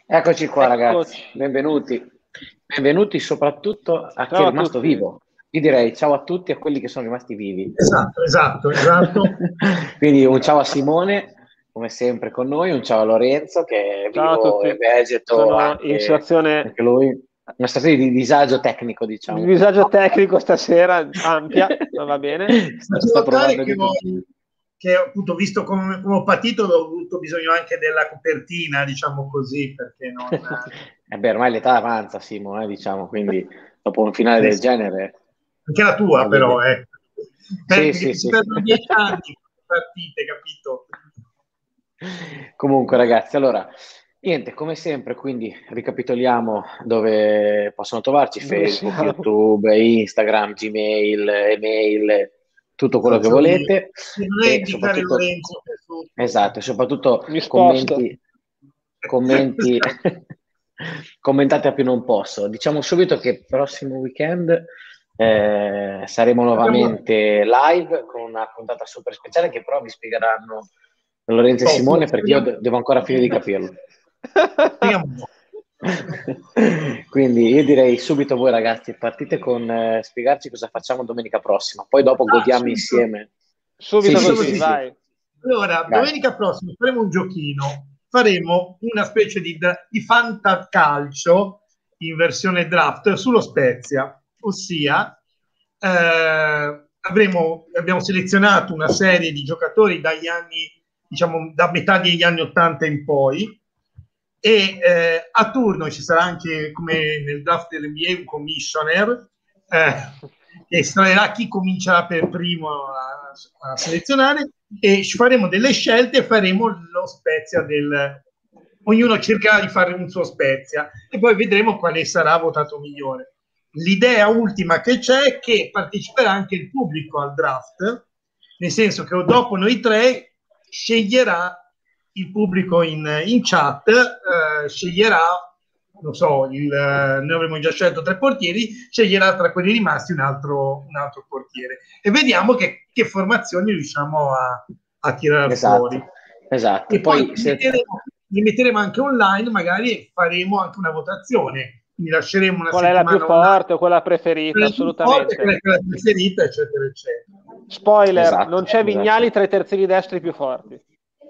Eccoci qua ragazzi, Eccoci. benvenuti. Benvenuti soprattutto a chi è Ciao a rimasto tutti. vivo. Io direi ciao a tutti e a quelli che sono rimasti vivi. Esatto, esatto, esatto. Quindi un ciao a Simone, come sempre con noi, un ciao a Lorenzo che è Ciao a vivo e tutti. vegeto Sono in anche situazione lui. Una situazione di disagio tecnico, di diciamo. disagio tecnico stasera, ampia, ma va bene. Sta Faccio notare provando che di tutto. appunto, visto come ho patito, ho avuto bisogno anche della copertina, diciamo così, perché non... E beh, ormai l'età avanza, Simo, diciamo, quindi dopo un finale del sì. genere, Anche la tua, voglio però, dire. Sì, perché sì, si sì. perdono 10 anni di partite, capito? Comunque, ragazzi, allora, niente, come sempre, quindi ricapitoliamo dove possono trovarci: Dove Facebook, siamo? YouTube, Instagram, Gmail, email, tutto quello che Sono io. volete E non è e indicare soprattutto, Lorenzo che è sotto. esatto, e soprattutto Mi sposto. commenti, Esatto. commentate a più non posso. Diciamo subito che prossimo weekend saremo Abbiamo nuovamente live con una puntata super speciale che però vi spiegheranno Lorenzo e dopo. Simone perché io devo ancora finire di capirlo. Speriamo un po'. Quindi io direi subito voi ragazzi, partite con spiegarci cosa facciamo domenica prossima, poi dopo godiamo Subito, insieme. Sì, Subito sì, subito sì, così, sì. vai. Allora, Vai. domenica prossima faremo un giochino, faremo una specie di fantacalcio in versione draft sullo Spezia, ossia abbiamo selezionato una serie di giocatori dagli anni, diciamo, da metà degli anni 80 in poi, e a turno ci sarà anche, come nel draft dell'NBA, un commissioner che estrarrà chi comincerà per primo a selezionare, e ci faremo delle scelte e faremo lo Spezia ognuno cercherà di fare un suo Spezia e poi vedremo quale sarà votato migliore. L'idea ultima che c'è è che parteciperà anche il pubblico al draft, nel senso che dopo noi tre sceglierà il pubblico in chat, sceglierà, non so, noi avremo già scelto 3 portieri, sceglierà tra quelli rimasti un altro portiere e vediamo che formazioni riusciamo a tirare fuori. Esatto, esatto. E poi Poi se... li metteremo anche online, magari, e faremo anche una votazione. Quindi lasceremo una Qual è la più settimana online. forte o quella preferita? Quella più forte, quella Assolutamente. che è la preferita, eccetera, eccetera. Spoiler, non Esatto, c'è esatto. Vignali tra i terzini destri più forti.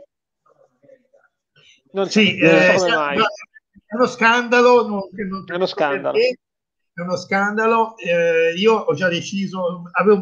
Non c'è, Sì, non so Eh, come mai. è uno scandalo, non È uno capisco scandalo. perché, è uno scandalo. Io ho già deciso, avevo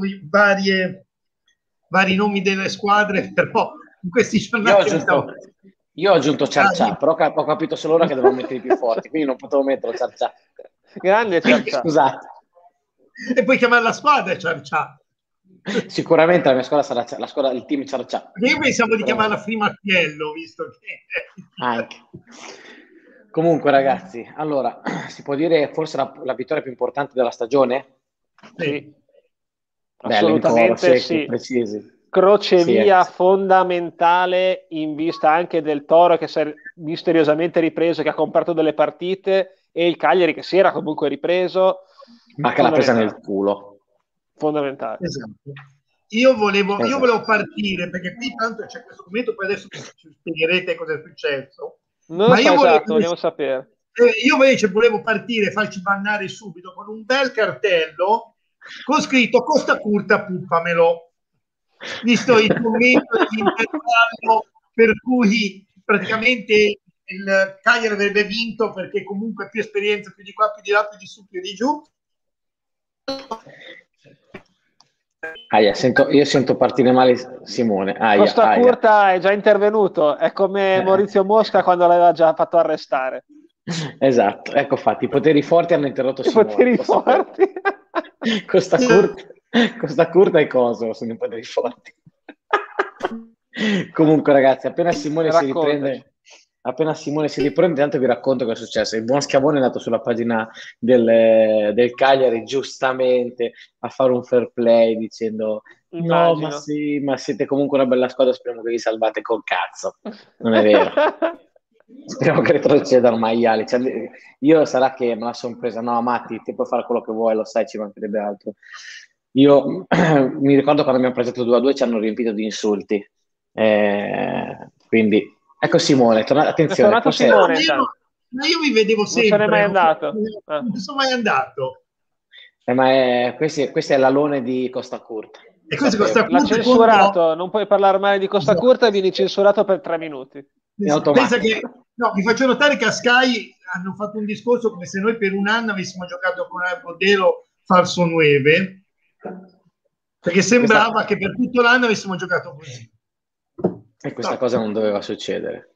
vari nomi delle squadre, però in questi io ho giornati aggiunto, io ho aggiunto Ciarcià, abbiamo... però ho capito solo ora che dovevamo mettere i più forti, quindi non potevo metterlo Ciarcià. Grande Ciarcià. Scusate. E puoi chiamare la squadra Ciarcià. Sicuramente la mia squadra sarà la squadra, il team Ciarcià. Perché io pensavo di Sicuramente. chiamarla Frimattiello, visto che... Anche. Comunque, ragazzi, allora si può dire forse la vittoria più importante della stagione? Sì. Sì, Bella, in coro, assolutamente secchi, sì. precisi. Sì, Crocevia fondamentale in vista anche del Toro che si è misteriosamente ripreso, che ha comprato delle partite, e il Cagliari che si era comunque ripreso. ma che l'ha presa nel Fondamentale, culo. fondamentale. Esatto. Io volevo Esatto. partire, perché qui tanto c'è questo momento, poi adesso ci spiegherete cosa è successo, Non lo ma so esatto, vogliamo sapere. io invece volevo partire e farci bannare subito con un bel cartello con scritto Costa Curta puppamelo, visto il commento dell'intervallo per cui praticamente il Cagliari avrebbe vinto perché comunque più esperienza, più di qua, più di là, più di su, più di giù. Io sento partire male Simone. Aia, Costa aia. Curta è già intervenuto, è come Maurizio Mosca quando l'aveva già fatto arrestare. Esatto, ecco fatti, i poteri forti hanno interrotto I Simone, poteri lo sapevo. forti. Costa Curta e Coso sono i poteri forti. Comunque ragazzi, Raccontaci. appena Simone si riprende, intanto vi racconto cosa è successo. Il buon Schiavone è andato sulla pagina del Cagliari giustamente a fare un fair play dicendo no, ma Immagino. sì, ma siete comunque una bella squadra, speriamo che vi salvate col cazzo. Non è vero. Speriamo che retrocedano maiali. Cioè, io sarà che me la sono presa, no, Matti, ti puoi fare quello che vuoi, lo sai, ci mancherebbe altro. Io mi ricordo quando abbiamo preso 2-2 ci hanno riempito di insulti. Quindi, ecco Simone, È attenzione, tornato forse Simone intanto. Ma io vi vedevo sempre. Non se n'è mai andato. Non sono mai andato. Ma questo è l'alone di Costa Curta. E questo Costa L'ha Curta censurato, non puoi parlare male di Costa Curta e vieni censurato per 3 minuti. Pensa che, no, vi faccio notare che a Sky hanno fatto un discorso come se noi per un anno avessimo giocato con un modello falso 9, perché sembrava che per tutto l'anno avessimo giocato così. E questa cosa non doveva succedere.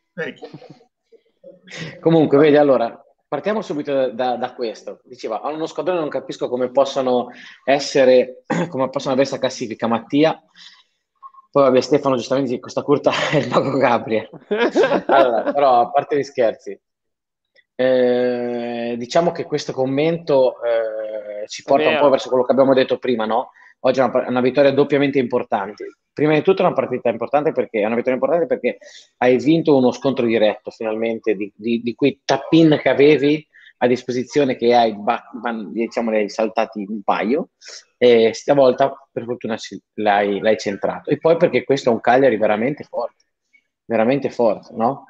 Comunque, vedi, allora, partiamo subito da questo. Diceva, hanno uno squadrone, non capisco come possono avere questa classifica. Mattia, poi vabbè, Stefano giustamente dice Costa Curta è il mago Gabriel. Allora, però a parte gli scherzi, diciamo che questo commento ci porta un po' verso quello che abbiamo detto prima, no? Oggi è una vittoria doppiamente importante. Prima di tutto è una partita importante perché è una vittoria importante perché hai vinto uno scontro diretto finalmente di quei tap-in che avevi a disposizione, che diciamo, li hai saltati un paio, e stavolta per fortuna l'hai centrato. E poi perché questo è un Cagliari veramente forte, no?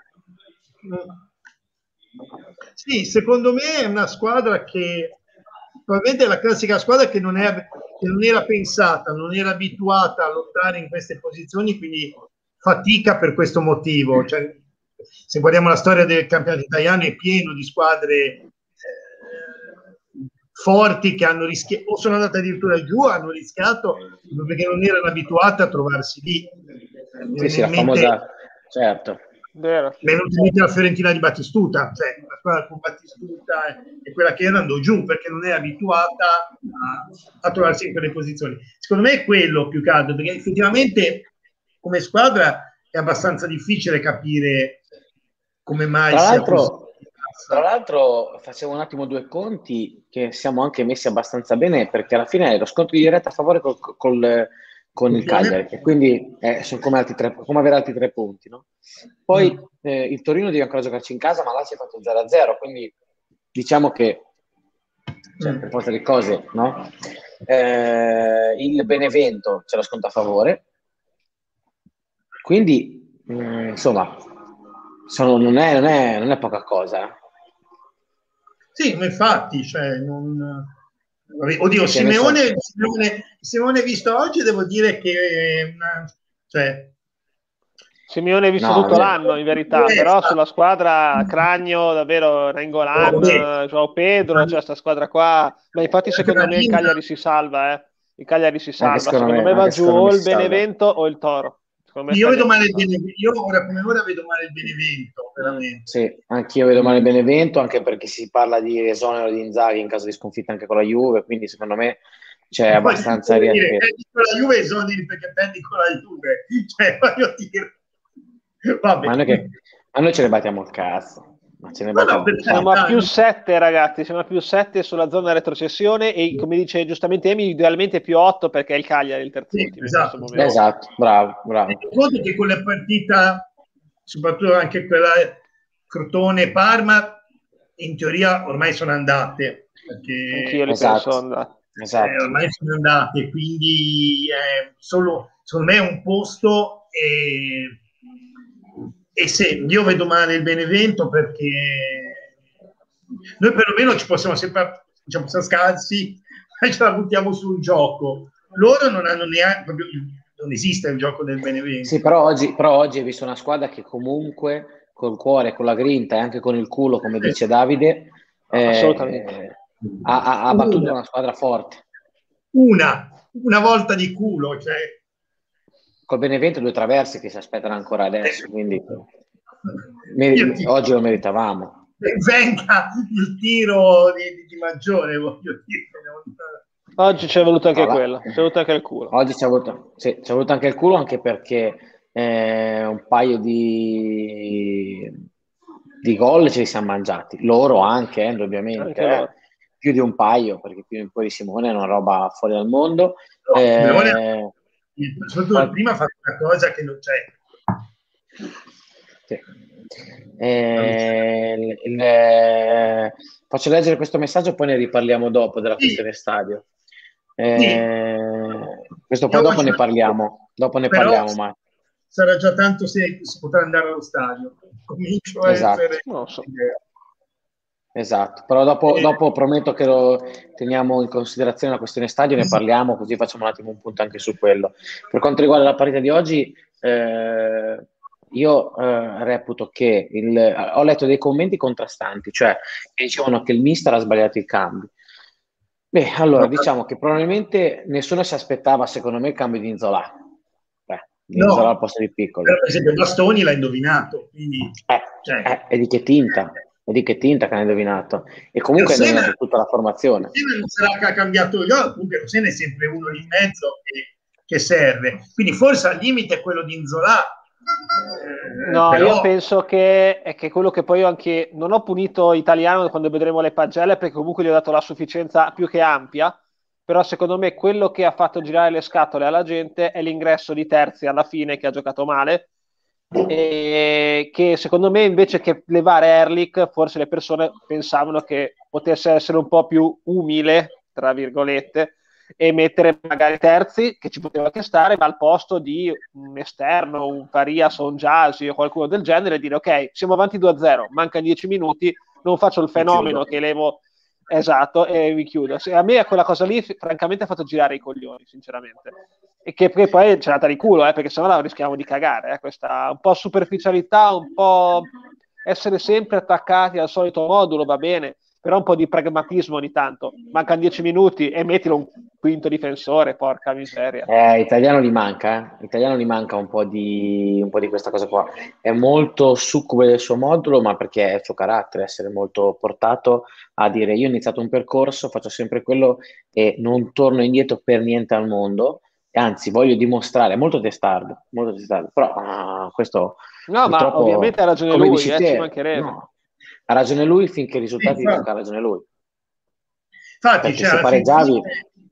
Sì, secondo me è una squadra che probabilmente è la classica squadra che non era pensata, non era abituata a lottare in queste posizioni, quindi fatica per questo motivo. Cioè, se guardiamo la storia del campionato italiano, è pieno di squadre forti che hanno rischiato, o sono andate addirittura giù, hanno rischiato perché non erano abituate a trovarsi lì. Sì, la famosa, certo. Vero. La Fiorentina di Battistuta, cioè la squadra con Battistuta è quella che andò giù perché non è abituata a trovarsi in quelle posizioni. Secondo me è quello più caldo, perché effettivamente come squadra è abbastanza difficile capire come mai tra l'altro facevo un attimo due conti che siamo anche messi abbastanza bene, perché alla fine è lo scontro di diretta a favore con il Cagliari, e quindi sono come avere altri 3 punti, no? Poi il Torino deve ancora giocarci in casa, ma là si è fatto 0-0, quindi diciamo che per forza di cose, no? Il Benevento ce lo sconta a favore, quindi insomma non è poca cosa. Sì, ma infatti, cioè, oddio, Simeone visto oggi, devo dire che Simeone è visto tutto l'anno in verità, però sulla squadra Cragno, davvero Nainggolan, João Pedro, c'è questa squadra qua, ma infatti secondo me il Cagliari si salva, il Cagliari si salva, secondo me va giù o il Benevento o il Toro. Io vedo male il Benevento, io ora come ora vedo male il Benevento, veramente. Sì, anch'io vedo male il Benevento, anche perché si parla di esonero di Inzaghi in caso di sconfitta anche con la Juve, quindi secondo me c'è abbastanza rientro. Con la Juve esoneri perché perdi con la Juve, cioè voglio dire. Vabbè. Ma noi ce ne battiamo il cazzo. Siamo a più 7, ragazzi, siamo a più 7 sulla zona retrocessione e come dice giustamente Emi, idealmente più 8 perché è il Cagliari il terzultimo. Esatto, bravo. Ricordo che con la partita, soprattutto anche quella Crotone-Parma, in teoria ormai sono andate. Perché anch'io le penso andate. Esatto. Ormai sono andate, quindi solo secondo me è un posto e se io vedo male il Benevento perché noi perlomeno ci possiamo sempre, diciamo, scalzi e ce la buttiamo sul gioco. Loro non hanno neanche, proprio, non esiste il gioco del Benevento. Sì, però oggi hai visto una squadra che comunque col cuore, con la grinta e anche con il culo, come dice Davide, assolutamente ha battuto una squadra forte. Una volta di culo, cioè. Col Benevento 2 traverse che si aspettano ancora adesso, quindi oggi lo meritavamo. Venga il tiro di Maggiore, voglio dire. Oggi ci è voluto anche quello, ci è voluto anche il culo. Oggi ci è voluto anche il culo, anche perché un paio di gol ce li siamo mangiati. Loro anche, indubbiamente. Anche più di un paio, perché più di Simone è una roba fuori dal mondo. Soprattutto prima ha fatto una cosa che non c'è. Sì. Faccio leggere questo messaggio, poi ne riparliamo dopo della questione stadio. Questo poi dopo ne parliamo. Ma sarà già tanto se si potrà andare allo stadio. Comincio a essere. Non so. Esatto, però dopo prometto che lo teniamo in considerazione la questione stadio, ne parliamo, così facciamo un attimo un punto anche su quello. Per quanto riguarda la partita di oggi, io reputo che ho letto dei commenti contrastanti, cioè che dicevano che il mister ha sbagliato i cambi. Beh, allora diciamo che probabilmente nessuno si aspettava, secondo me, il cambio di Nzola. Di Nzola al posto di Piccolo. Per esempio Bastoni l'ha indovinato, quindi, è di che tinta? È di che tinta che ha indovinato? E comunque ha indovinato tutta la formazione. Non sarà che ha cambiato io, comunque Rosena è sempre uno lì in mezzo che serve. Quindi forse al limite quello di Nzola. No, però... io penso che è che quello che poi io anche non ho punito Italiano quando vedremo le pagelle, perché comunque gli ho dato la sufficienza più che ampia, però secondo me quello che ha fatto girare le scatole alla gente è l'ingresso di Terzi alla fine, che ha giocato male, e che secondo me invece che levare Erlich forse le persone pensavano che potesse essere un po' più umile, tra virgolette, e mettere magari Terzi, che ci poteva anche stare, ma al posto di un esterno, un Farias o un Gyasi o qualcuno del genere, dire ok, siamo avanti 2-0, mancano 10 minuti, non faccio il fenomeno che levo, esatto, e vi chiudo. A me quella cosa lì francamente ha fatto girare i coglioni, sinceramente, e che poi c'è andata di culo, perché sennò la rischiamo di cagare, questa un po' superficialità, un po' essere sempre attaccati al solito modulo, va bene, però un po' di pragmatismo ogni tanto. Mancano 10 minuti e mettilo un quinto difensore, porca miseria. Italiano gli manca, Italiano gli manca un po' di questa cosa qua. È molto succube del suo modulo, ma perché è il suo carattere, essere molto portato a dire io ho iniziato un percorso, faccio sempre quello e non torno indietro per niente al mondo, anzi voglio dimostrare, molto testardo, però questo no, ma ovviamente ha ragione lui, ci mancherebbe. No. Ha ragione lui finché i risultati dicono che ha ragione lui. Infatti, se pareggiavi...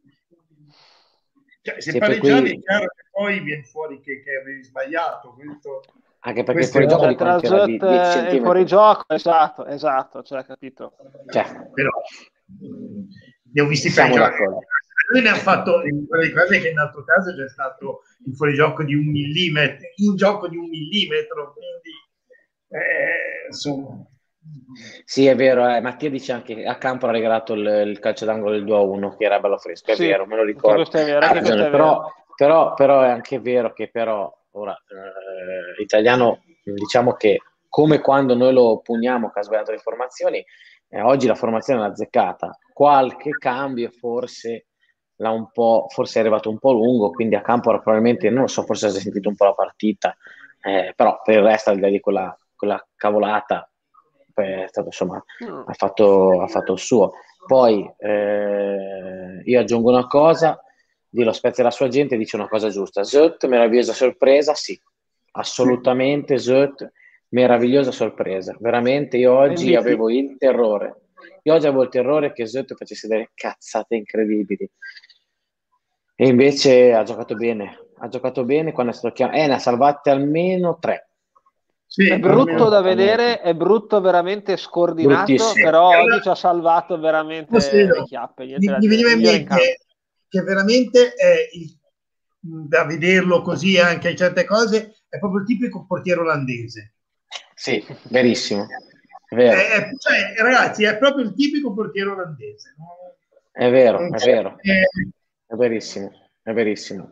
se pareggiavi è chiaro che poi viene fuori che avevi sbagliato. Anche perché il fuorigioco di quanto era di 10 centimetri. Il fuorigioco, esatto, cioè, capito. Però ne ho visti pareggiare. Lui ne ha fatto quelle cose che in altro caso c'è stato il fuorigioco di 1 millimetro, in gioco di 1 millimetro, quindi insomma. Sì, è vero, Mattia dice anche che a campo ha regalato il calcio d'angolo del 2-1, che era bello fresco, è vero, me lo ricordo. Questo è vero, però è anche vero che però ora Italiano, diciamo che come quando noi lo pugniamo che ha sbagliato le formazioni, oggi la formazione l'ha azzeccata, qualche cambio forse forse è arrivato un po' lungo, quindi a campo probabilmente, non lo so, forse ha sentito un po' la partita, però per il resto al di là di quella cavolata è stato, insomma, ha fatto il suo. Poi io aggiungo una cosa, Di Lo Spezia e la sua gente dice una cosa giusta. Zut, meravigliosa sorpresa, sì, assolutamente Zut, meravigliosa sorpresa. Veramente io oggi avevo il terrore. Che Zut facesse delle cazzate incredibili. E invece ha giocato bene quando è stato chiamato. Ne ha salvate almeno 3. Sì, è brutto da vedere, è brutto veramente scordinato, però oggi ci ha salvato veramente le chiappe. Mi veniva in mente che veramente da vederlo così anche in certe cose è proprio il tipico portiere olandese. Sì, verissimo. È vero. Ragazzi, è proprio il tipico portiere olandese. No? È vero. È verissimo.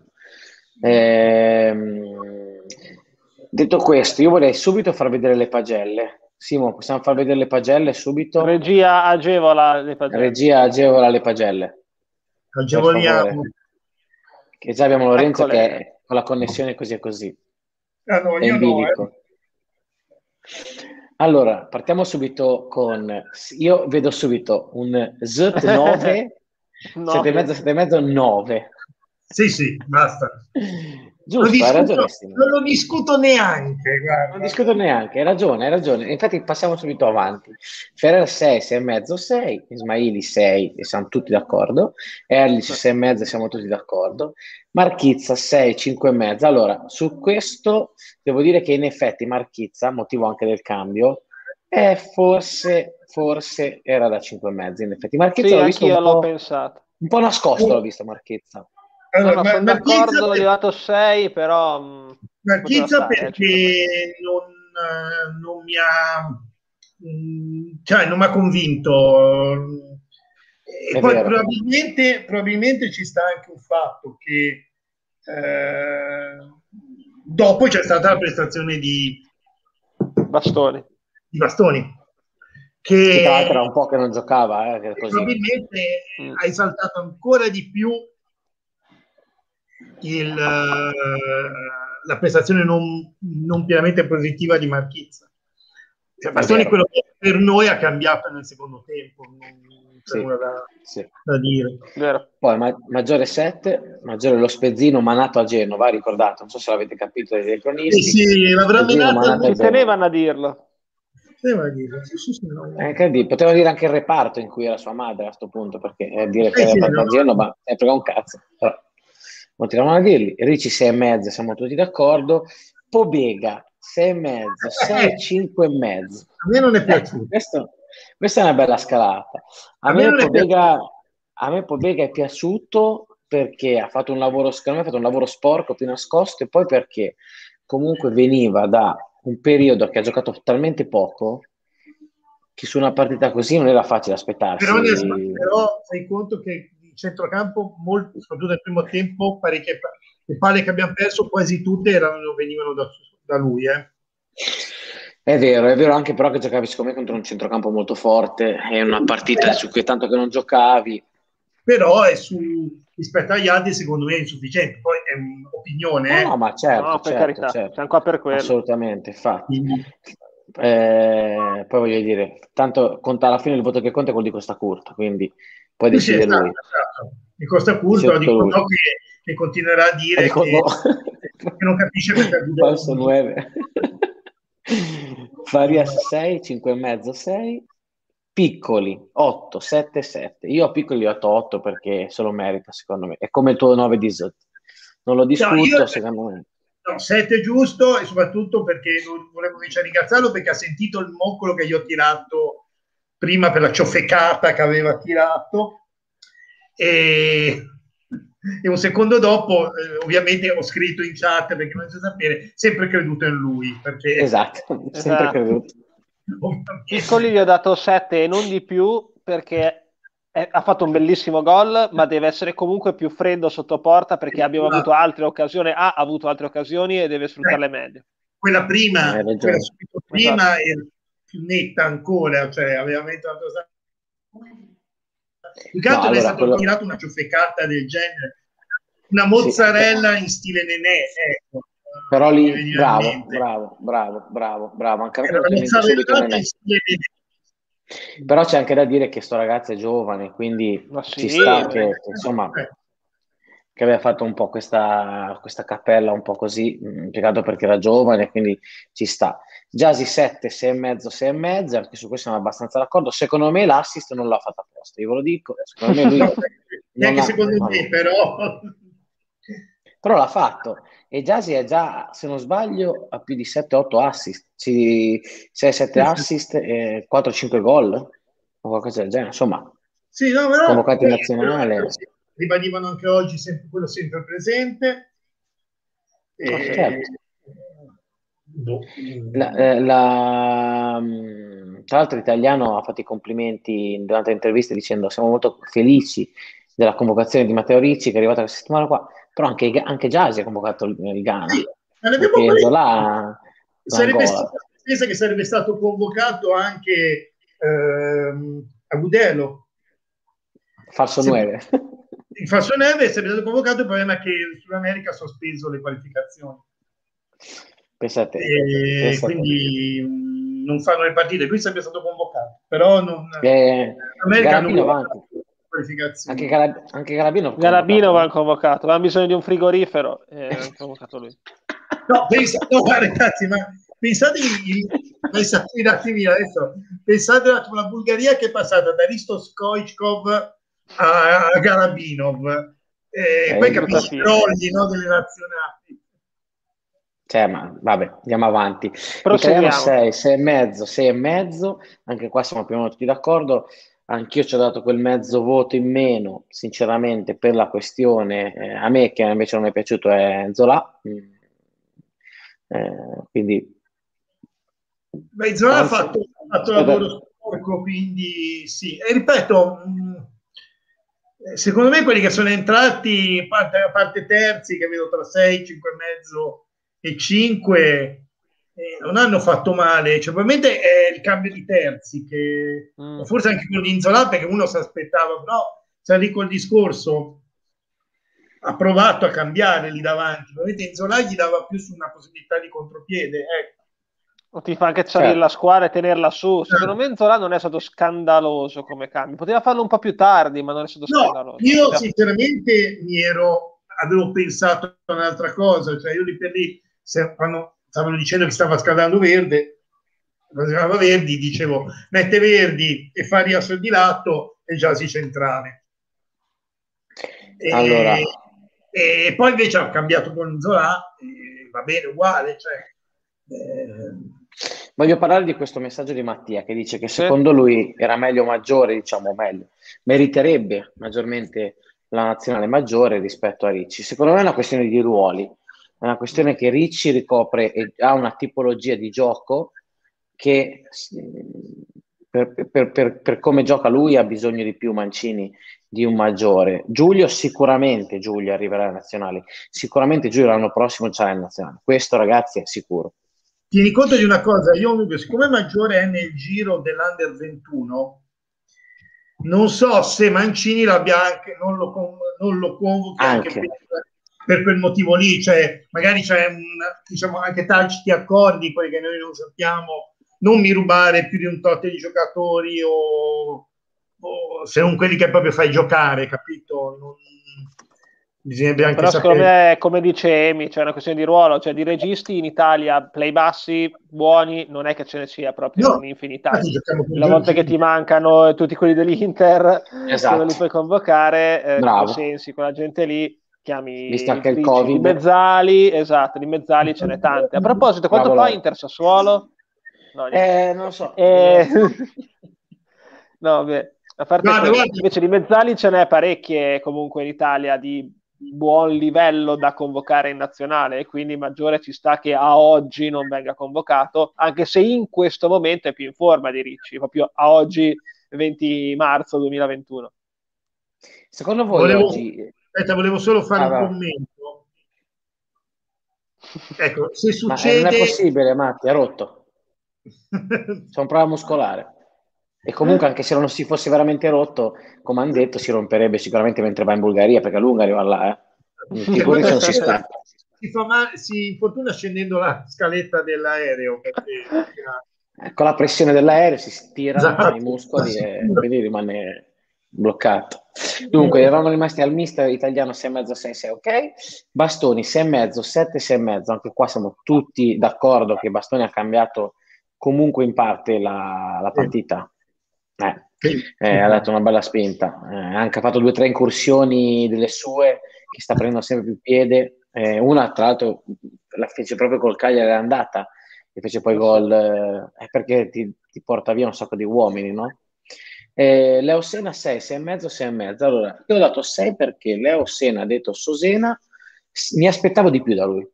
Detto questo, io vorrei subito far vedere le pagelle. Simo, possiamo far vedere le pagelle subito? Regia agevola le pagelle. Agevoliamo. Che già abbiamo Lorenzo che è con la connessione così e così. No, io no. Allora, partiamo subito io vedo subito un ZUT 9, 7,5, 9. Sì, basta. Giusto, hai ragione. Non lo discuto neanche. Guarda. Non discuto neanche, hai ragione. Infatti passiamo subito avanti. Ferrer 6, 6,5, 6. Ismaili 6, e siamo tutti d'accordo. Erlich 6,5, siamo tutti d'accordo. Marchizza 6, 5,5. Allora, su questo devo dire che in effetti Marchizza, motivo anche del cambio, forse era da 5,5. In effetti Marchizza l'ho visto l'ho pensato. Un po' nascosto l'ho visto Marchizza. Allora, sono d'accordo, gli ho dato 6, però Marchizza perché non mi ha cioè, non mi ha convinto. E È poi vero. probabilmente ci sta anche un fatto che dopo c'è stata la prestazione Bastoni. di Bastoni, Sì, tra l'altro che era un po' che non giocava, che così. probabilmente ha esaltato ancora di più la prestazione non pienamente positiva di Marchizza. Cioè, È Bastoni è vero. quello che per noi ha cambiato nel secondo tempo, non c'è Sì, nulla sì. da dire. Vero. Poi maggiore 7, maggiore lo Spezzino manato a Genova, ricordate, non so se l'avete capito dai cronisti, Sì, l'avrà Spezzino menata manato a Ci Genova. tenevano a dirlo. no. Poteva dire anche il reparto in cui era sua madre a questo punto, perché dire che Sì, era no. da Genova è frega un cazzo, però continuavano a dirli. Ricci 6,5, siamo tutti d'accordo. Pobega 6,5, 6, 5,5. A me non è piaciuto. Questa è una bella scalata. A me non è piaciuto. A me Pobega è piaciuto perché ha fatto un lavoro, secondo me ha fatto un lavoro sporco più nascosto, e poi perché comunque veniva da un periodo che ha giocato talmente poco che su una partita così non era facile aspettarsi. Però fai conto che il centrocampo, soprattutto nel primo tempo, parecchie le palle che abbiamo perso quasi tutte venivano da lui. È vero anche però che giocavi secondo me contro un centrocampo molto forte, è una partita su cui tanto che non giocavi. Però rispetto agli altri secondo me è insufficiente, poi è un'opinione. No, ma certo, No, per carità, siamo qua per quello. assolutamente, infatti. Quindi, Poi voglio dire, tanto conta alla fine il voto che conta è quello di Costa Curta, quindi poi sì, decide lui. esatto. Di Costa Decide Curta, tutto dico lui. no, che continuerà a dire Dico no. che non capisce perché Falso 9. Farias 6, 5,5, 6. Piccoli 8, 7, 7. Io a Piccoli ho 8 perché se lo merita, secondo me. È come il tuo 9 di Zot. Non lo discuto, secondo me. No, 7 è giusto, e soprattutto perché volevo invece ringraziarlo perché ha sentito il moccolo che gli ho tirato prima per la ciofecata che aveva tirato, e un secondo dopo ovviamente ho scritto in chat perché non si sapere, sempre creduto in lui perché Esatto, sempre creduto. Piccoli gli ho dato 7 e non di più perché ha fatto un bellissimo gol, ma deve essere comunque più freddo sotto porta perché abbiamo avuto altre occasioni, ha avuto altre occasioni e deve sfruttarle meglio. Quella subito prima è più netta ancora, cioè aveva messo più che altro è stato tirato una ciuffecata del genere, una mozzarella in stile Nenè, ecco. Però lì bravo, anche a me è in subito Nenè. Però c'è anche da dire che sto ragazzo è giovane, quindi ci sta che insomma che aveva fatto un po' questa cappella un po' così, piegato perché era giovane, quindi ci sta. Giasi 7, 6,5, 6,5, anche su questo siamo abbastanza d'accordo. Secondo me l'assist non l'ha fatta apposta, io ve lo dico, secondo me lui neanche secondo me, però l'ha fatto, e Giasi è già, se non sbaglio, a più di 7-8 assist, 6-7 assist e 4-5 gol o qualcosa del genere, insomma, sì, no, però, convocati in nazionale. Ribadivano anche oggi quello sempre presente. Certo. Tra l'altro l'italiano ha fatto i complimenti durante l'intervista dicendo siamo molto felici della convocazione di Matteo Ricci che è arrivata questa settimana qua, però anche Giasi ha convocato il Ghana, sì, perché Zola pensa che sarebbe stato convocato anche Agudelo, falso 9. Il falso 9 sarebbe stato convocato, il problema è che il Sud America ha sospeso le qualificazioni. Pensate. Quindi non fanno le partite, qui sarebbe stato convocato, però non Garabino va anche Garabino va convocato, aveva bisogno di un frigorifero e hanno convocato lui. No, ragazzi, ma pensate un attimo alla Bulgaria che è passata da Risto Stoichkov a Garabinov, poi capisci i crolli, no, delle nazionali. Cioè, ma vabbè, andiamo avanti. Italiano 6, 6,5, 6,5, anche qua siamo più o meno tutti d'accordo. Anch'io ci ho dato quel mezzo voto in meno, sinceramente, per la questione. A me che invece non è piaciuto è Zola. Zola ha fatto fatto lavoro sporco, quindi sì. E ripeto, secondo me quelli che sono entrati, a parte Terzi, che vedo tra 6, 5 e mezzo e 5, non hanno fatto male. Cioè, probabilmente è il cambio di Terzi, che forse anche quello di Inzola, perché uno si aspettava, però c'è lì col discorso, ha provato a cambiare lì davanti. Probabilmente Inzola gli dava più su una possibilità di contropiede, ecco. O ti fa anche salire la squadra e tenerla su. Secondo me Zola non è stato scandaloso come cambio. Poteva farlo un po' più tardi, ma non è stato scandaloso. Io sinceramente avevo pensato a un'altra cosa, cioè io lì per lì, quando stavano dicendo che stava scaldando Verdi, dicevo mette Verdi e fa Riasso di lato e già si centrale. Allora. E poi invece ha cambiato con Zola, va bene uguale, cioè, voglio parlare di questo messaggio di Mattia che dice che secondo lui era meglio meriterebbe maggiormente la nazionale maggiore rispetto a Ricci. Secondo me è una questione di ruoli, è una questione che Ricci ricopre e ha una tipologia di gioco che per come gioca lui ha bisogno di più Mancini di un maggiore. Giulio arriverà alla nazionale, sicuramente Giulio l'anno prossimo sarà in nazionale, questo ragazzi è sicuro. Tieni conto di una cosa, io siccome Maggiore è nel giro dell'Under 21, non so se Mancini l'abbia anche, non lo convochi anche per quel motivo lì, cioè magari c'è diciamo anche taciti accordi, quelli che noi non sappiamo, non mi rubare più di un tot di giocatori o se non quelli che proprio fai giocare, capito? Bisognerebbe anche però sapere. secondo me, come dice Emi, c'è una questione di ruolo, cioè di registi in Italia, play bassi, buoni, non è che ce ne sia proprio un'infinità. La volta che ti mancano tutti quelli dell'Inter, esatto, li puoi convocare, tipo Sensi, quella gente lì, chiami il COVID. Di Mezzali, esatto, di Mezzali ce n'è tante. A proposito, quanto fa Inter Sassuolo? No, non lo so. No, beh, a parte invece di Mezzali ce n'è parecchie comunque in Italia di buon livello da convocare in nazionale, e quindi Maggiore ci sta che a oggi non venga convocato, anche se in questo momento è più in forma di Ricci, proprio a oggi 20 marzo 2021. Secondo voi oggi... volevo solo fare un commento. Ecco, se succede... Ma non è possibile, Matti, è rotto. C'è un problema muscolare. E comunque anche se non si fosse veramente rotto, come hanno detto, si romperebbe sicuramente mentre va in Bulgaria, perché a lungo arriva là, Figurati non si sta. Si infortuna scendendo la scaletta dell'aereo. Con la pressione dell'aereo si stirano i muscoli e quindi rimane bloccato. Dunque, eravamo rimasti al mister italiano 6,5, 6, 6, ok. Bastoni 6,5, 7, 6,5. Anche qua siamo tutti d'accordo che Bastoni ha cambiato comunque in parte la partita. Ha dato una bella spinta, anche ha fatto 2 o 3 incursioni delle sue che sta prendendo sempre più piede, una tra l'altro la fece proprio col Cagliari andata e fece poi gol, perché ti porta via un sacco di uomini, no? Leo Sena 6, 6,5, 6,5. Allora, io ho dato 6 perché Leo Sena ha detto Sosena, mi aspettavo di più da lui,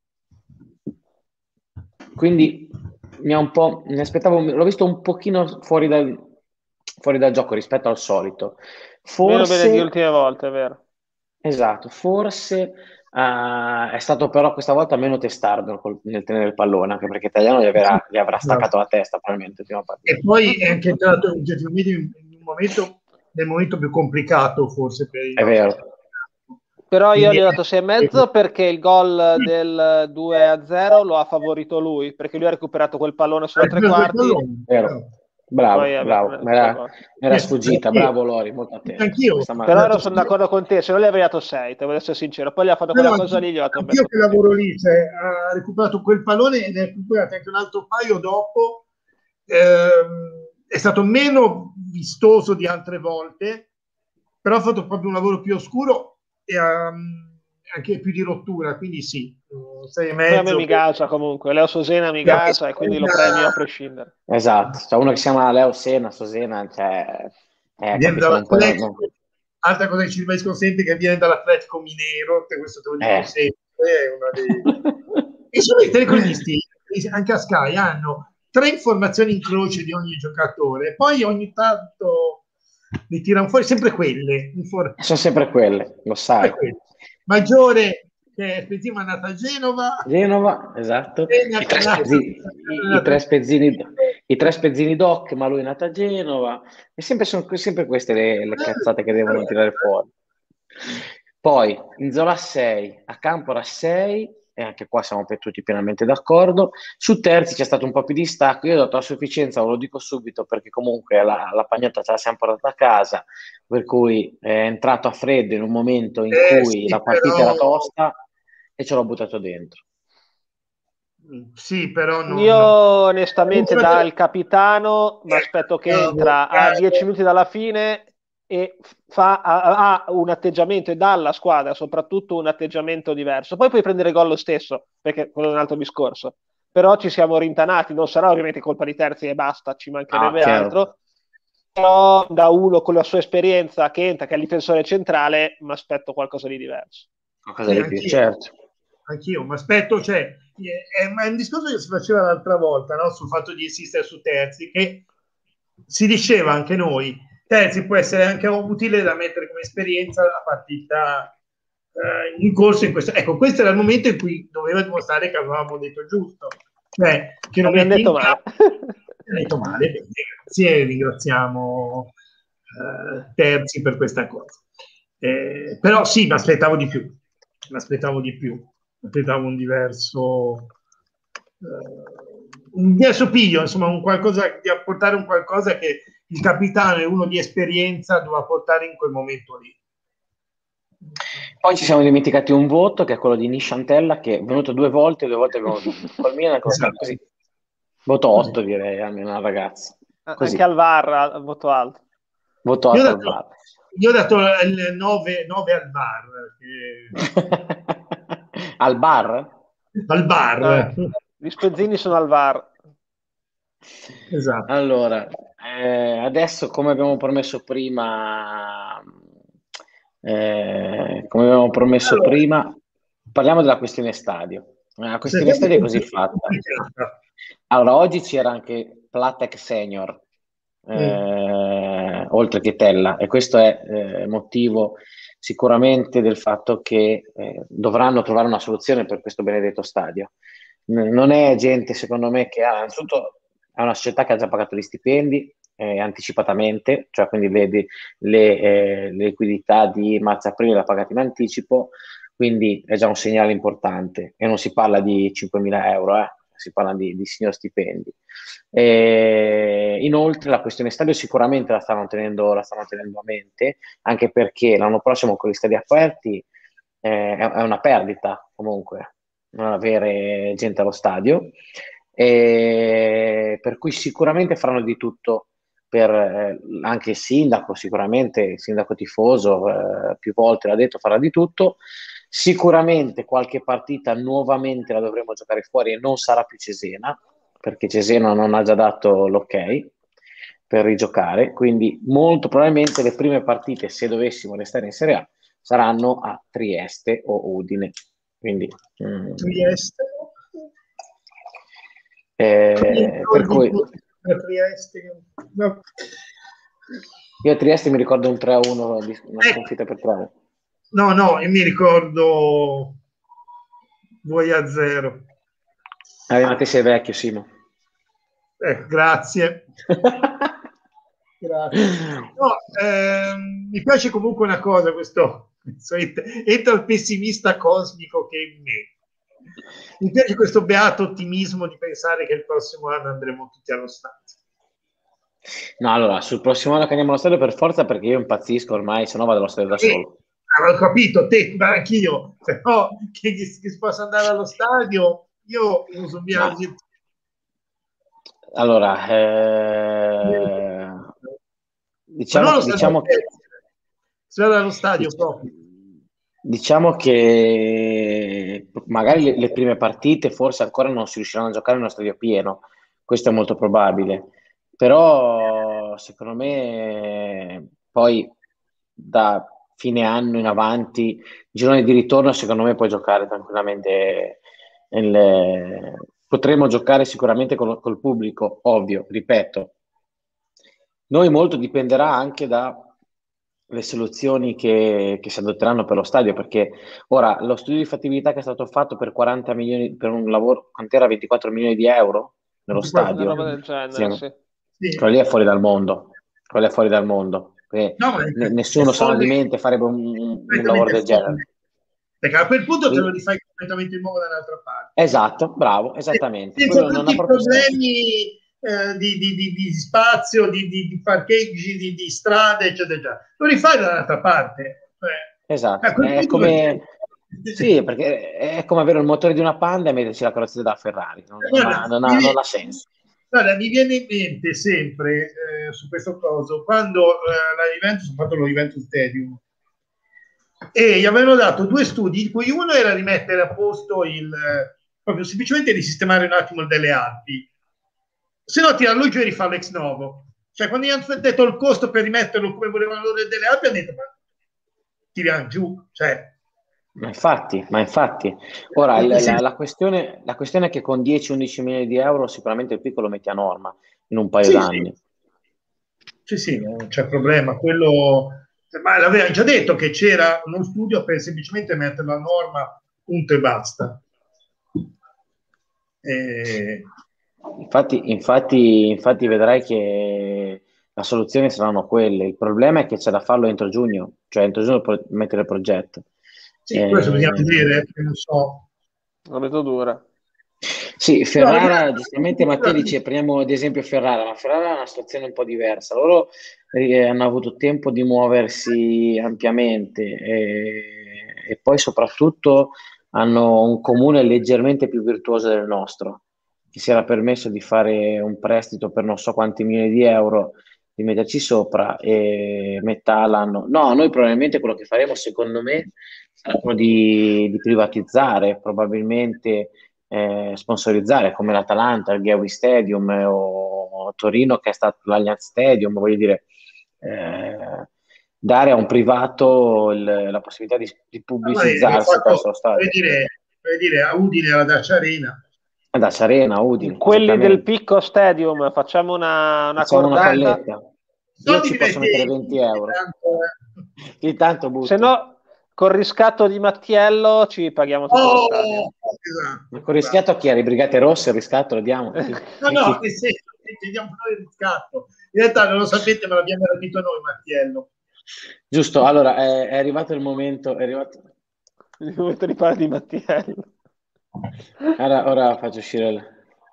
quindi mi aspettavo, l'ho visto un pochino fuori dal gioco rispetto al solito. Forse meno bene di ultime volte, è vero. Esatto, forse è stato però questa volta meno testardo nel tenere il pallone, anche perché Italiano gli avrà staccato la testa probabilmente l'ultima partita. E poi è anche entrato oggettivamente nel momento più complicato forse per il... È vero. Però io gli ho dato 6,5 perché il gol del 2-0 lo ha favorito lui, perché lui ha recuperato quel pallone sulla tre quarti. Vero. Bravo, mi era sfuggita, bravo Lori, molto attento. Anch'io. Però non sono d'accordo con te, se non gli avrei dato 6, devo essere sincero, poi gli ha fatto quella cosa lì, gli ho dato un io che lavoro lì, cioè, ha recuperato quel pallone e ne ha recuperato anche un altro paio dopo, è stato meno vistoso di altre volte, però ha fatto proprio un lavoro più oscuro e anche più di rottura, quindi sì, 6,5. A me mi gasa comunque, Leo Sosena mi gasa e quindi lo premio a prescindere. Esatto, c'è uno che si chiama Leo Sosena, cioè... altra cosa che ci ribadisco sempre, che viene dall'Atletico Mineiro, che questo te lo dico sempre, è una dei... e sono i telecronisti, anche a Sky, hanno 3 informazioni in croce di ogni giocatore, poi ogni tanto li tirano fuori sempre quelle. Sono sempre quelle, lo sai. Maggiore che Spezzini è andata a Genova, esatto. I tre spezzini doc, ma lui è nato a Genova. E sono sempre queste le cazzate che devono tirare fuori. Poi in zona 6, a Campora 6, e anche qua siamo tutti pienamente d'accordo. Su terzi c'è stato un po' più di stacco. Io ho dato la sufficienza, ve lo dico subito, perché comunque la Pagnotta ce la siamo portata a casa, per cui è entrato a freddo in un momento in cui la partita era tosta e ce l'ho buttato dentro. Sì, però io onestamente dal capitano mi aspetto che entra a 10 minuti dalla fine e ha un atteggiamento, e dalla squadra soprattutto un atteggiamento diverso. Poi puoi prendere gol lo stesso, perché quello è un altro discorso, però ci siamo rintanati. Non sarà ovviamente colpa di terzi e basta, ci mancherebbe altro, però da uno con la sua esperienza che entra, che è il difensore centrale, mi aspetto qualcosa di diverso. Qualcosa di più, certo. Anch'io mi aspetto, cioè, è un discorso che si faceva l'altra volta, no? Sul fatto di insistere su terzi, che si diceva anche noi, terzi può essere anche utile da mettere come esperienza la partita in corso in questo. Ecco, questo era il momento in cui doveva dimostrare che avevamo detto giusto, cioè che non abbiamo detto male. Detto male, bene, grazie, ringraziamo Terzi per questa cosa. Però sì, mi aspettavo di più, aspettavo un diverso piglio, insomma, un qualcosa, di apportare un qualcosa che il capitano e uno di esperienza doveva portare in quel momento lì. Poi ci siamo dimenticati un voto, che è quello di Nisciantella, che è venuto 2 volte abbiamo vinto. Col Milan, così. Voto 8, direi, almeno una ragazza. Così. Anche al VAR, voto alto. Voto alto al VAR. Io ho dato il 9 al VAR. Al bar? Al bar. Gli spezzini sono al VAR. Esatto. Allora, adesso, come abbiamo promesso prima, parliamo della questione stadio. La questione stadio è così fatta. Allora, oggi c'era anche Platek Senior, oltre che Tella, e questo è motivo sicuramente del fatto che dovranno trovare una soluzione per questo benedetto stadio. Non è gente, secondo me, che ha, innanzitutto, è una società che ha già pagato gli stipendi anticipatamente, cioè quindi le liquidità di marzo-aprile l'ha pagata in anticipo, quindi è già un segnale importante, e non si parla di 5.000 euro, si parla di signor stipendi. Inoltre la questione stadio sicuramente la stanno tenendo a mente, anche perché l'anno prossimo con gli stadi aperti è una perdita comunque non avere gente allo stadio, per cui sicuramente faranno di tutto per anche il sindaco, sicuramente il sindaco tifoso più volte l'ha detto, farà di tutto. Sicuramente qualche partita nuovamente la dovremo giocare fuori e non sarà più Cesena, perché Cesena non ha già dato l'ok per rigiocare, quindi molto probabilmente le prime partite, se dovessimo restare in Serie A, saranno a Trieste o Udine. Quindi Trieste? per cui Trieste, no. Io a Trieste mi ricordo un 3-1, una sconfitta per 3. No, io mi ricordo 2-0. Ma te sei vecchio, Simo. Grazie. Grazie. No, mi piace comunque una cosa, questo entra il pessimista cosmico che è in me. Mi piace questo beato ottimismo di pensare che il prossimo anno andremo tutti allo stadio. No, allora, sul prossimo anno che andiamo allo stadio per forza, perché io impazzisco ormai, se no vado allo stadio da solo. Ho capito, te, ma anch'io, però che si possa andare allo stadio, io uso mia... Allora, diciamo che... Se vado allo stadio proprio. Diciamo che magari le prime partite forse ancora non si riusciranno a giocare in uno stadio pieno, questo è molto probabile, però secondo me poi da fine anno in avanti, il girone di ritorno secondo me puoi giocare tranquillamente potremo giocare sicuramente col pubblico, ovvio, ripeto. Noi molto dipenderà anche dalle soluzioni che si adotteranno per lo stadio, perché ora lo studio di fattibilità che è stato fatto per 40 milioni, per un lavoro, quant'era 24 milioni di euro nello Una stadio? roba del genere, sì. Sì. Quello lì è fuori dal mondo, quello è fuori dal mondo. No, Nessuno è sa folle, di mente farebbe un lavoro completamente del folle. genere. Perché a quel punto te lo Quindi- rifai completamente nuovo dall'altra parte. esatto, bravo, esattamente. Senza Quello non tutti ha i proprio senso. problemi di spazio, di parcheggi, di strade, eccetera, eccetera. Lo rifai dall'altra parte. A Esatto, quel è punto come, sì, perché è come avere il motore di una Panda e metterci la carrozzeria della Ferrari, guarda, non ha senso. guarda, mi viene in mente sempre su questo coso, quando la Juventus ha fatto lo Juventus Stadium e gli avevano dato due studi, di cui uno era rimettere a posto proprio semplicemente risistemare un attimo delle Alpi, se no tirarlo giù e rifarlo ex novo. Cioè, quando gli hanno detto il costo per rimetterlo come volevano loro delle Alpi, hanno detto, ma tiriamo giù, cioè. Ma infatti, ora la questione è che con 10-11 milioni di euro sicuramente il piccolo metti a norma in un paio Sì, d'anni. sì, non c'è problema. Quello, ma l'aveva già detto che c'era uno studio per semplicemente metterlo a norma, punto e basta. Infatti vedrai che la soluzione saranno quelle. Il problema è che c'è da farlo entro giugno, cioè entro giugno mettere il progetto. Sì, questo bisogna vedere, non so. La vedo dura. Sì, Ferrara, giustamente Matteo dice, prendiamo ad esempio Ferrara, ma Ferrara ha una situazione un po' diversa. Loro hanno avuto tempo di muoversi ampiamente e poi soprattutto hanno un comune leggermente più virtuoso del nostro, che si era permesso di fare un prestito per non so quanti milioni di euro, di metterci sopra e metà l'anno. No, noi probabilmente quello che faremo, secondo me, sarà quello di privatizzare, probabilmente sponsorizzare come l'Atalanta, il Gaui Stadium o Torino che è stato l'Allianz Stadium, voglio dire, dare a un privato la possibilità di pubblicizzarsi presso lo stadio. Vuoi dire a Udine alla Dacia Arena. Dacia Arena, Udine, quelli del Picco Stadium, facciamo una facciamo cordata. una colletta. Io ci posso mettere 20 euro. Intanto butto. Se no, col riscatto di Mattiello ci paghiamo tutto lo stadio. Esatto, col riscatto a chi è? Le Brigate Rosse il riscatto lo diamo? No, nel senso che chiediamo noi il riscatto. In realtà non lo sapete, ma l'abbiamo rapito noi, Mattiello. Giusto, allora è arrivato il momento, Il momento di parlare di Mattiello. Ora faccio uscire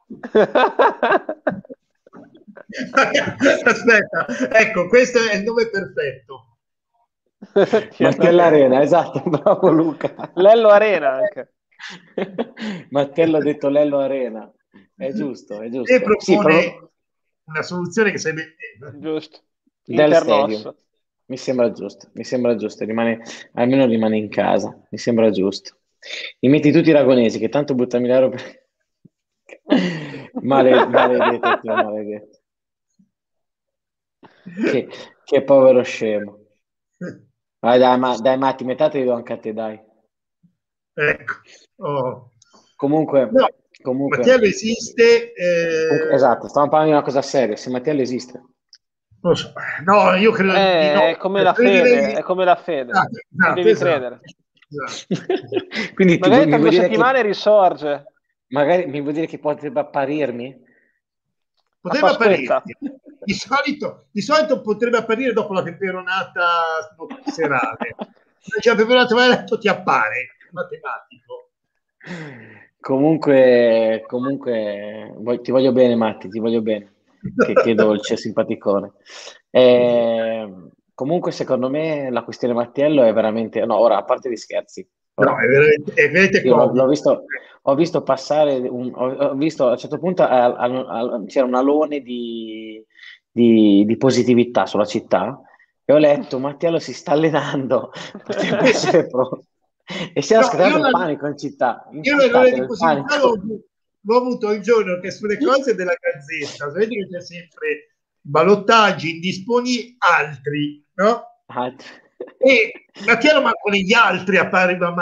Aspetta, ecco, questo è il nome perfetto. Mattiello Arena, esatto, bravo Luca. Lello Arena anche. Mattiello ha detto Lello Arena, è giusto. E propone una soluzione che sarebbe giusto. Del Stadium. Mi sembra giusto, almeno rimane in casa, mi sembra giusto. Li metti tutti i ragonesi, che tanto buttami l'euro per... maledetto. Che povero scemo. Dai Matti, metà te li do anche a te, dai. Ecco. Comunque Mattiello esiste. Esatto, stavamo parlando di una cosa seria. Se Mattiello esiste. Non so. No, io credo di no. È come la fede, è come la fede. Devi credere. Quindi magari tra 2 settimane risorge. Magari mi vuoi dire che potrebbe apparirmi? Potrebbe apparire. Di solito potrebbe apparire dopo la peperonata serale. Cioè, la peperonata vai a letto ti appare, matematico. Comunque ti voglio bene, Matti, ti voglio bene. Che dolce, simpaticone. Comunque, secondo me, la questione Mattiello è veramente... No, ora, a parte gli scherzi. No, è veramente ho visto passare, ho visto a un certo punto c'era un alone di positività sulla città e ho letto Mattiello si sta allenando, potrebbe essere pronto. E si era scatenato il panico in città. Io l'errore di positività l'ho avuto il giorno che sulle cose della Gazzetta, sapete che c'è sempre ballottaggi, indisponi, altri, no? E Mattiello, ma con gli altri appariva mai.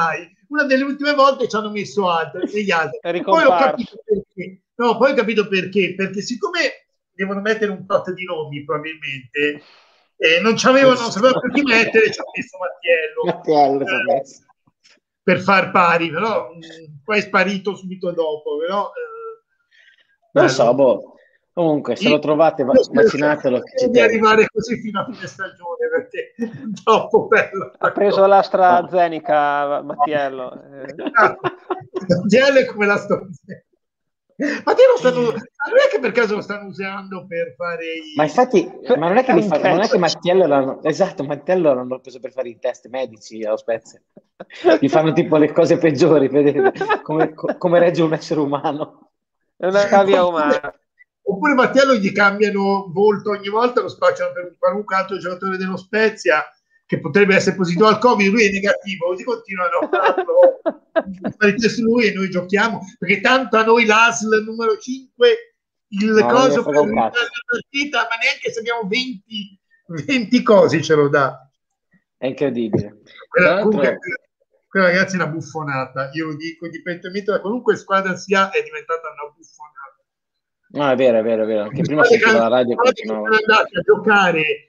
una delle ultime volte ci hanno messo altri, degli altri. È Poi ho ricomparso. capito perché. No, poi ho capito perché siccome devono mettere un tot di nomi probabilmente, non sapevano più chi mettere, ci ha messo Mattiello ci ha messo. Per far pari, però poi è sparito subito dopo, però non lo so, boh. Comunque, se lo trovate, vaccinatelo. Di arrivare così fino a fine stagione, perché è troppo bello. Ha preso l'AstraZeneca, Mattiello. Mattiello è come la sto dicendo. Ma non è che per caso lo stanno usando per fare ma infatti, ma non è che, non è che Mattiello l'hanno preso per fare i test medici allo Spezia. Gli fanno tipo le cose peggiori, vedete come regge un essere umano. È una cavia umana. Oppure Mattiello gli cambiano volto ogni volta, lo spacciano per qualunque altro giocatore dello Spezia che potrebbe essere positivo al Covid, lui è negativo, così continuano a farlo. Fare il test su lui e noi giochiamo, perché tanto a noi l'ASL numero 5 il coso per la partita, ma neanche se abbiamo 20 cosi ce lo dà. È incredibile. Quella ragazzi è una buffonata, io lo dico, indipendentemente da qualunque squadra sia, è diventata una buffonata. No, è vero. Anche prima sentivo la radio che sono andati a giocare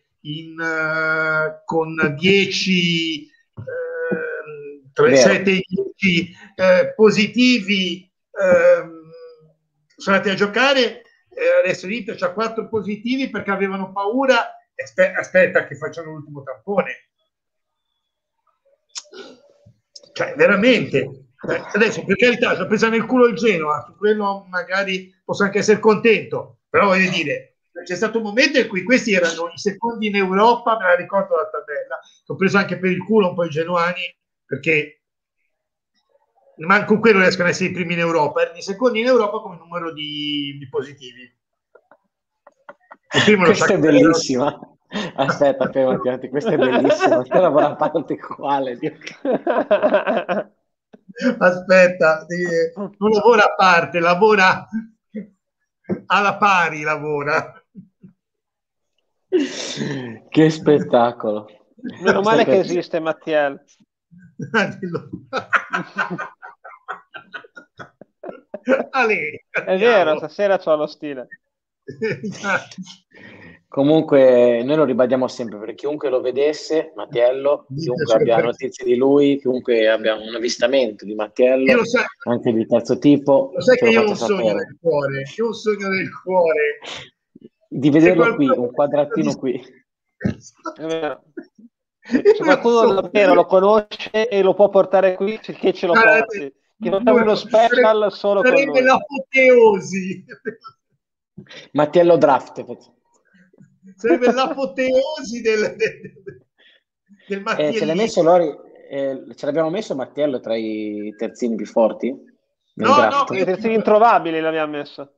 con 10 tra 7 e 10 positivi, sono andati a giocare, adesso l'Inter c'ha 4 positivi perché avevano paura. Aspetta che facciano l'ultimo tampone, cioè veramente adesso, per carità, ci ha preso nel culo il Genoa, su quello magari posso anche essere contento, però voglio dire, c'è stato un momento in cui questi erano i secondi in Europa, me la ricordo la tabella, ho preso anche per il culo un po' i genuani, perché manco quello riescono ad essere i primi in Europa, erano i secondi in Europa come numero di positivi. Questa è bellissima. Aspetta, fermati, questa è bellissima. Te lavora a parte quale? Aspetta, non lavora a parte, lavora alla pari, lavora. Che spettacolo. Meno male che esiste Mattiello. È vero, stasera c'ho lo stile. Comunque noi lo ribadiamo sempre, perché chiunque lo vedesse, Mattiello, chiunque abbia notizie di lui, chiunque abbia un avvistamento di Mattiello, anche di terzo tipo, lo sai che io ho un sogno nel cuore, di vederlo qui, un quadratino qui. È vero. Se qualcuno davvero lo conosce e lo può portare qui, che ce lo porti, che facciamo uno special solo con lui. Sarebbe l'apoteosi. Mattiello Draft. Sarebbe l'apoteosi del Mattiello. Ce l'hai messo, Lori? Ce l'abbiamo messo Mattiello tra i terzini più forti? No, i terzini introvabili l'abbiamo messo.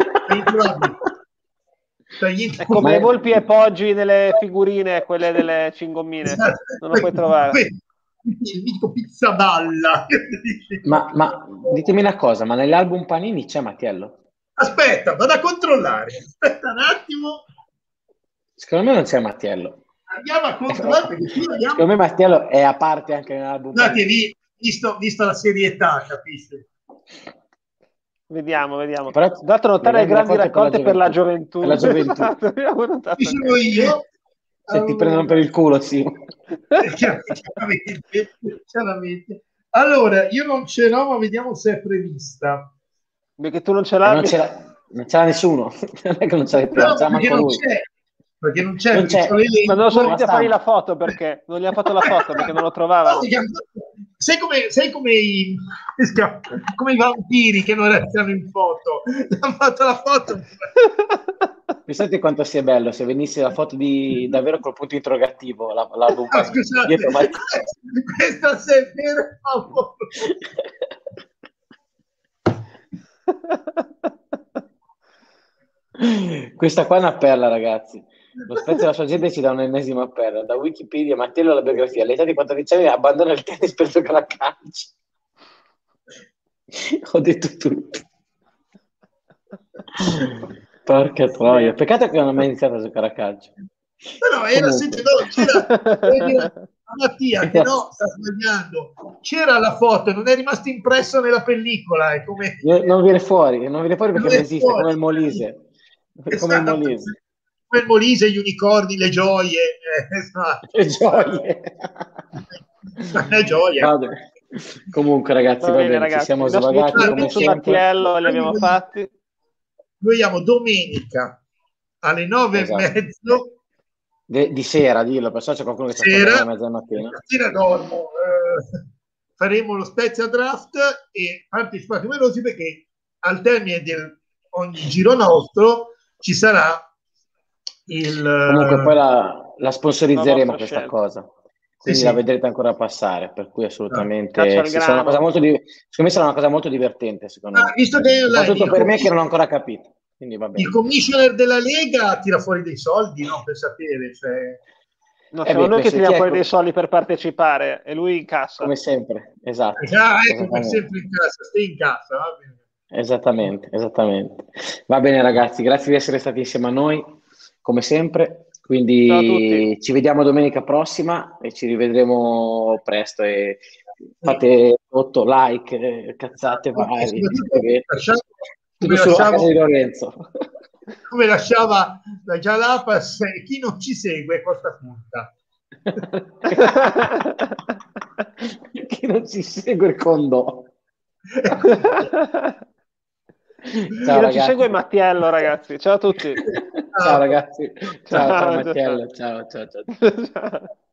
È come le Volpi e Poggi delle figurine, quelle delle cingommine. Esatto. Non lo puoi trovare. Il mitico Pizzaballa. Ma ditemi una cosa, ma nell'album Panini c'è Mattiello? Aspetta, vado a controllare. Aspetta un attimo. Secondo me non c'è Mattiello. Andiamo a controllare. Secondo me Mattiello è a parte anche nell'album. Guardate lì, visto la serietà, capisci? Vediamo. Dato notare le grandi raccolte per la gioventù. Per la gioventù. Ci sono io. Se ti prendono per il culo, sì. Chiaramente. Allora, io non ce l'ho, ma vediamo se è prevista. Perché tu non ce l'hai? Non ce l'ha nessuno. Non è che non ce l'hai più, no, perché non c'è. Ma non sono riusciti a fargli la foto, perché non gli ha fatto la foto perché non lo trovavano. Sai come i vampiri che non restano in foto, gli hanno fatto la foto. Pensate quanto sia bello se venisse la foto di davvero col punto interrogativo l'album. Scusate, questa è vera foto. Questa qua è una perla, ragazzi. Lo Spezia e la sua gente ci dà un'ennesima perla. Da Wikipedia, Mattiello la biografia. All'età di 14 anni abbandona il tennis per giocare a calcio. Ho detto tutto. Porca troia. Peccato che non ho mai iniziato a giocare a calcio. No, era Mattia che no, sta sbagliando. C'era la foto, non è rimasto impresso nella pellicola. È come... Non viene fuori perché non esiste, fuori. come il Molise. Esatto. Come il Molise. Come il Molise, gli unicorni, le gioie. Esatto. Le gioie. Le gioie. Comunque ragazzi, va bene, ragazzi, ci siamo svagati come sempre. Mattiello li abbiamo fatti. Noi abbiamo domenica alle 9:30 di sera, dillo, perciò c'è qualcuno che sta a mezza mattina. Stasera dormo, faremo lo Spezia Draft e partecipate numerosi perché al termine di ogni giro nostro ci sarà comunque poi la sponsorizzeremo questa cosa, quindi sì. La vedrete ancora passare, per cui assolutamente sarà una cosa secondo me sarà una cosa molto divertente, secondo me, visto che soprattutto per me che non ho ancora capito. Quindi va bene. Il commissioner della Lega tira fuori dei soldi, no? Per sapere, cioè... No, siamo noi che tiriamo fuori dei soldi per partecipare e lui incassa. Come sempre, esatto. Come sempre incassa, stai in cassa, va bene. Esattamente. Va bene ragazzi, grazie di essere stati insieme a noi, come sempre. Quindi ci vediamo domenica prossima e ci rivedremo presto. E fate 8 like, cazzate vari. Casa di Lorenzo. Come lasciava la Jalapas, chi non ci segue costa punta. Chi non ci segue il condò. Ciao, non ci segue Mattiello, ragazzi. Ciao a tutti. Ciao ragazzi. Ciao Mattiello. Ciao.